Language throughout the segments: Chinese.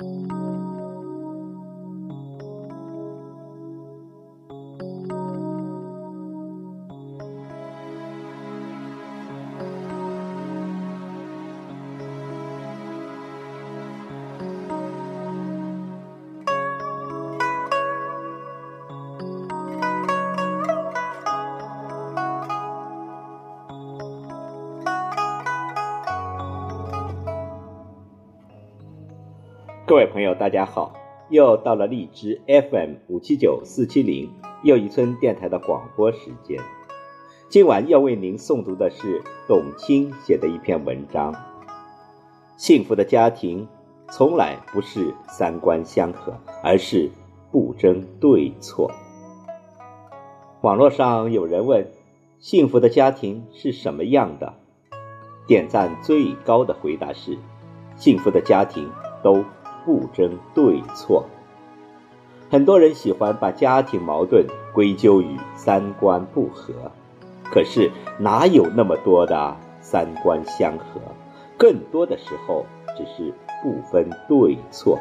各位朋友大家好，又到了荔枝 FM579470 又一村电台的广播时间。今晚要为您诵读的是董卿写的一篇文章。幸福的家庭从来不是三观相合，而是不争对错。网络上有人问，幸福的家庭是什么样的？点赞最高的回答是，幸福的家庭都不争对错。很多人喜欢把家庭矛盾归咎于三观不合，可是哪有那么多的三观相合？更多的时候只是不分对错。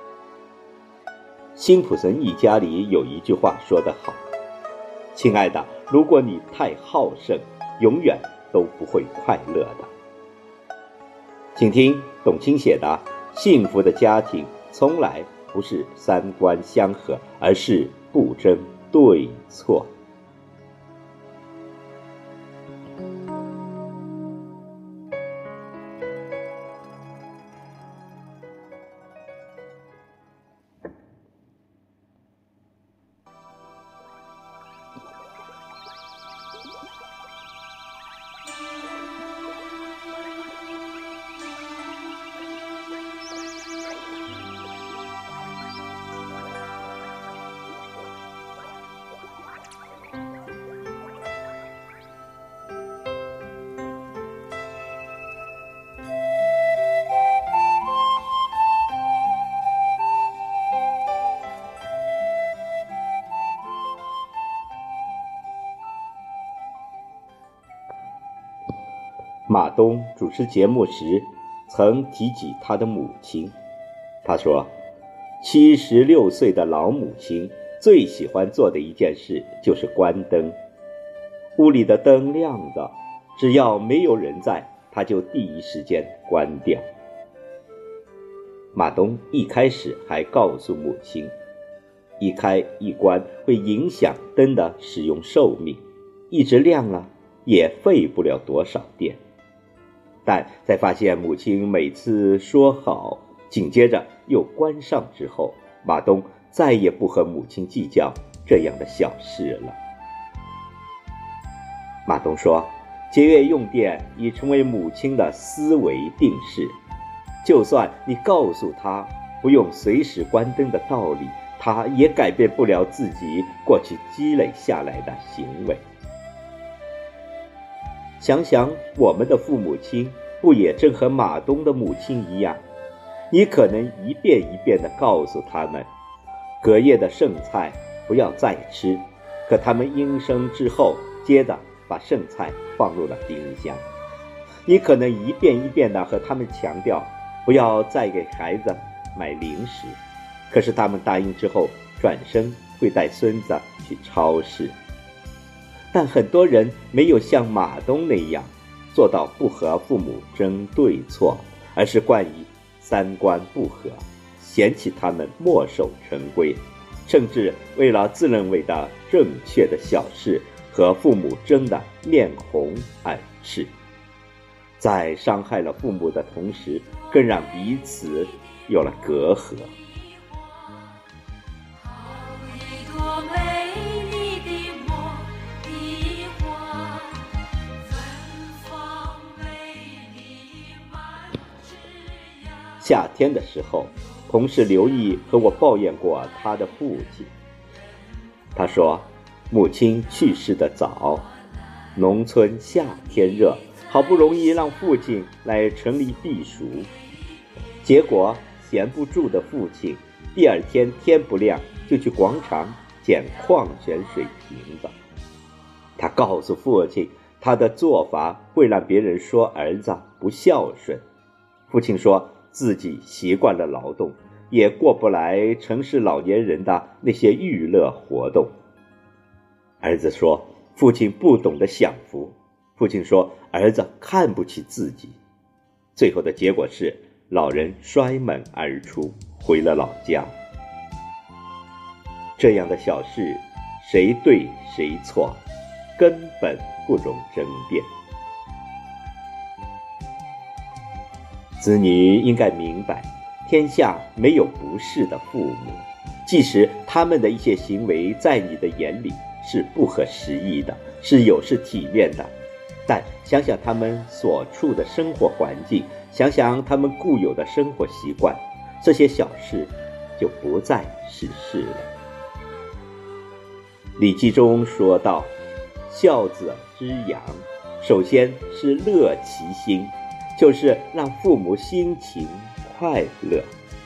辛普森一家里有一句话说得好，亲爱的，如果你太好胜，永远都不会快乐的。请听董卿写的，幸福的家庭从来不是三观相合，而是不争对错。马东主持节目时曾提及他的母亲，他说76岁的老母亲最喜欢做的一件事就是关灯。屋里的灯亮着，只要没有人在，他就第一时间关掉。马东一开始还告诉母亲，一开一关会影响灯的使用寿命，一直亮了也费不了多少电。但在发现母亲每次说好，紧接着又关上之后，马东再也不和母亲计较这样的小事了。马东说，节约用电已成为母亲的思维定式，就算你告诉她不用随时关灯的道理，她也改变不了自己过去积累下来的行为。想想我们的父母亲，不也正和马东的母亲一样？你可能一遍一遍地告诉他们，隔夜的剩菜不要再吃，可他们应声之后，接着把剩菜放入了冰箱。你可能一遍一遍地和他们强调，不要再给孩子买零食，可是他们答应之后，转身会带孙子去超市。但很多人没有像马东那样做到不和父母争对错，而是惯于三观不合，嫌弃他们墨守成规，甚至为了自认为的正确的小事和父母争得面红耳赤，在伤害了父母的同时，更让彼此有了隔阂。夏天的时候，同事刘毅和我抱怨过他的父亲。他说，母亲去世的早，农村夏天热，好不容易让父亲来城里避暑，结果闲不住的父亲第二天天不亮就去广场捡矿泉水瓶子。他告诉父亲，他的做法会让别人说儿子不孝顺。父亲说自己习惯了劳动， 也过不来城市老年人的那些娱乐活动。儿子说父亲不懂得享福，父亲说儿子看不起自己。最后的结果是老人摔门而出，回了老家。这样的小事，谁对谁错，根本不容争辩。子女应该明白，天下没有不是的父母，即使他们的一些行为在你的眼里是不合时宜的，是有失体面的，但想想他们所处的生活环境，想想他们固有的生活习惯，这些小事就不再是事了。礼记中说道，孝子之养，首先是乐其心，就是让父母心情快乐。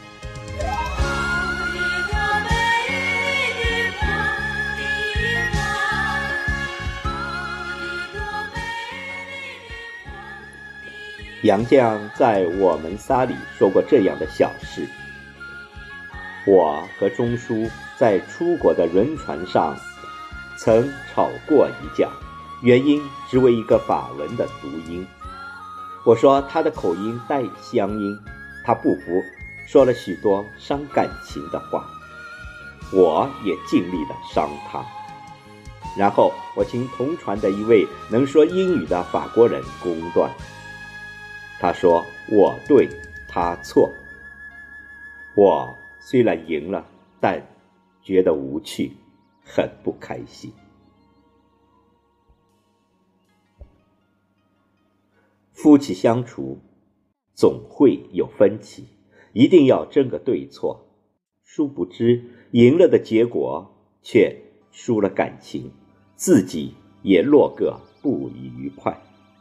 杨绛在《我们仨》里说过这样的小事：我和钟书在出国的轮船上曾吵过一架，原因只为一个法文的读音。我说他的口音带乡音，他不服，说了许多伤感情的话，我也尽力地伤他。然后我请同船的一位能说英语的法国人公断，他说我对，他错。我虽然赢了，但觉得无趣，很不开心。夫妻相处总会有分歧，一定要争个对错，殊不知赢了的结果却输了感情，自己也落个不愉快。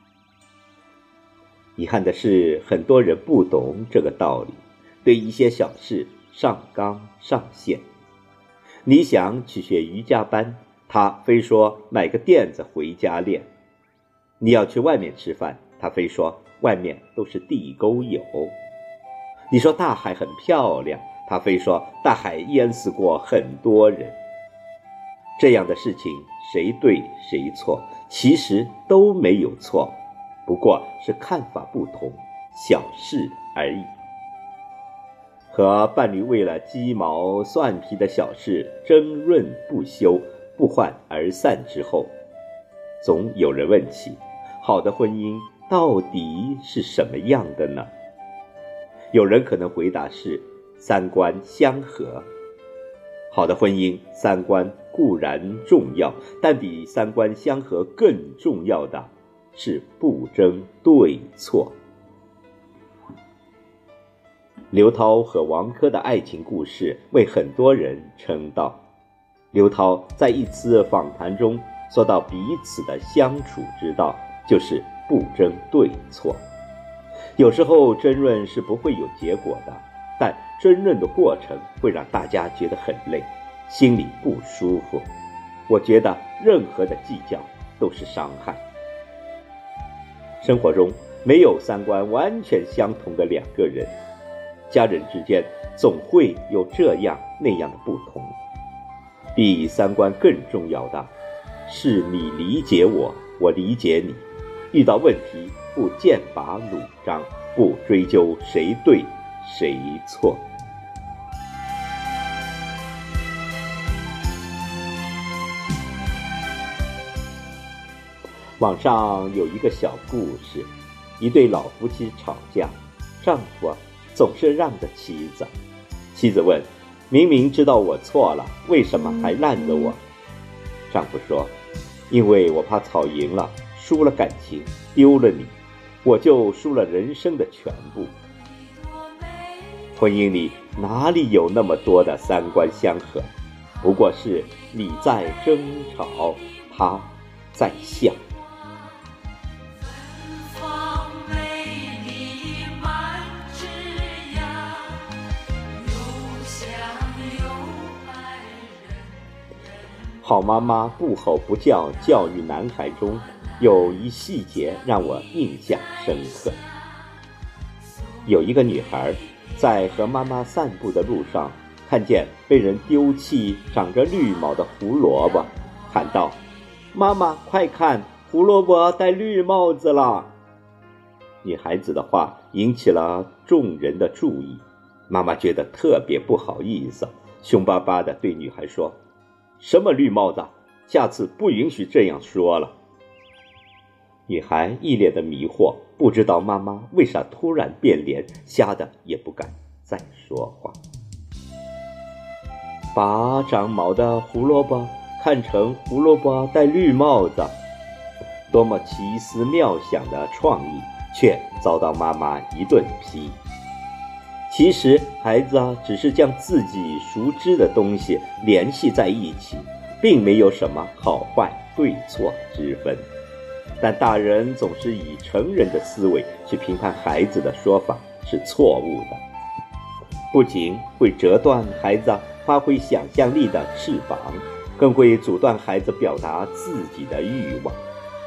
遗憾的是，很多人不懂这个道理，对一些小事上纲上线。你想去学瑜伽班，他非说买个垫子回家练；你要去外面吃饭，他非说外面都是地沟油；你说大海很漂亮，他非说大海淹死过很多人。这样的事情谁对谁错，其实都没有错，不过是看法不同，小事而已。和伴侣为了鸡毛蒜皮的小事争论不休，不欢而散之后，总有人问起，好的婚姻到底是什么样的呢？有人可能回答是三观相合。好的婚姻，三观固然重要，但比三观相合更重要的是不争对错。刘涛和王珂的爱情故事为很多人称道。刘涛在一次访谈中说到，彼此的相处之道就是不争对错。有时候争论是不会有结果的，但争论的过程会让大家觉得很累，心里不舒服。我觉得任何的计较都是伤害。生活中没有三观完全相同的两个人，家人之间总会有这样那样的不同。比三观更重要的是你理解我，我理解你。遇到问题不剑拔弩张，不追究谁对谁错。网上有一个小故事，一对老夫妻吵架，丈夫总是让着妻子。妻子问，明明知道我错了，为什么还拦着我？丈夫说，因为我怕吵赢了，输了感情，丢了你，我就输了人生的全部。婚姻里哪里有那么多的三观相合，不过是你在争吵，他在笑。好妈妈不吼不叫教育男孩中有一细节让我印象深刻。有一个女孩在和妈妈散步的路上，看见被人丢弃长着绿毛的胡萝卜，喊道：妈妈，快看，胡萝卜戴绿帽子了。女孩子的话引起了众人的注意，妈妈觉得特别不好意思，凶巴巴地对女孩说：什么绿帽子，下次不允许这样说了。女孩一脸的迷惑，不知道妈妈为啥突然变脸，吓得也不敢再说话。把长毛的胡萝卜看成胡萝卜戴绿帽子，多么奇思妙想的创意，却遭到妈妈一顿批。其实孩子只是将自己熟知的东西联系在一起，并没有什么好坏对错之分，但大人总是以成人的思维去评判孩子的说法是错误的，不仅会折断孩子发挥想象力的翅膀，更会阻断孩子表达自己的欲望。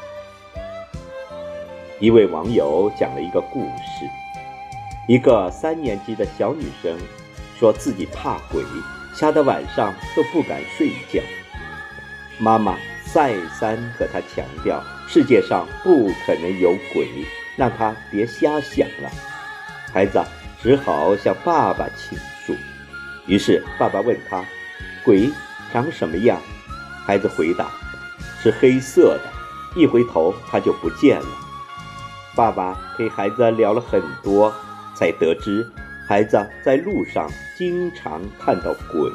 一位网友讲了一个故事，一个3年级的小女生说自己怕鬼，吓得晚上都不敢睡觉。妈妈再三和她强调世界上不可能有鬼，让她别瞎想了。孩子只好向爸爸倾诉。于是爸爸问他：鬼长什么样？孩子回答：是黑色的，一回头它就不见了。爸爸陪孩子聊了很多，才得知孩子在路上经常看到鬼。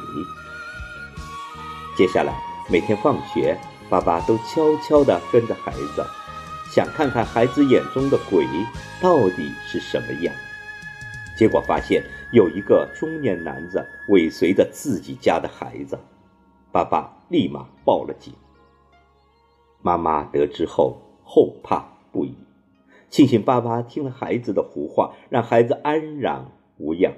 接下来每天放学，爸爸都悄悄地跟着孩子，想看看孩子眼中的鬼到底是什么样。结果发现有一个中年男子尾随着自己家的孩子，爸爸立马报了警。妈妈得知后后怕不已，庆幸爸爸听了孩子的胡话，让孩子安然无恙。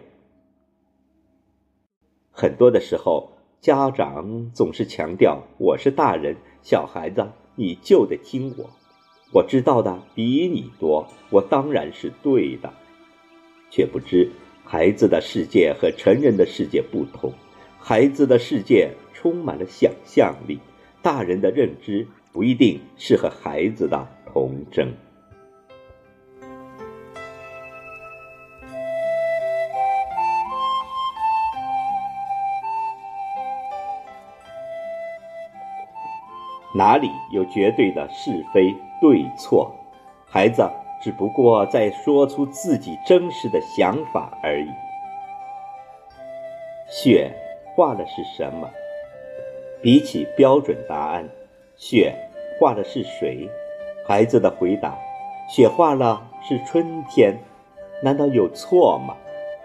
很多的时候，家长总是强调我是大人，小孩子你就得听我，我知道的比你多，我当然是对的。却不知孩子的世界和成人的世界不同，孩子的世界充满了想象力，大人的认知不一定是和孩子的童真。哪里有绝对的是非对错？孩子只不过在说出自己真实的想法而已。雪画的是什么？比起标准答案，雪画的是谁？孩子的回答：雪画了是春天，难道有错吗？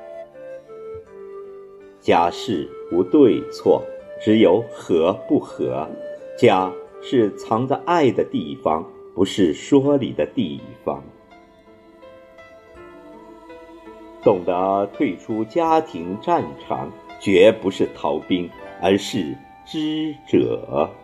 家事无对错，只有合不合。家是藏着爱的地方，不是说理的地方。懂得退出家庭战场，绝不是逃兵，而是知者。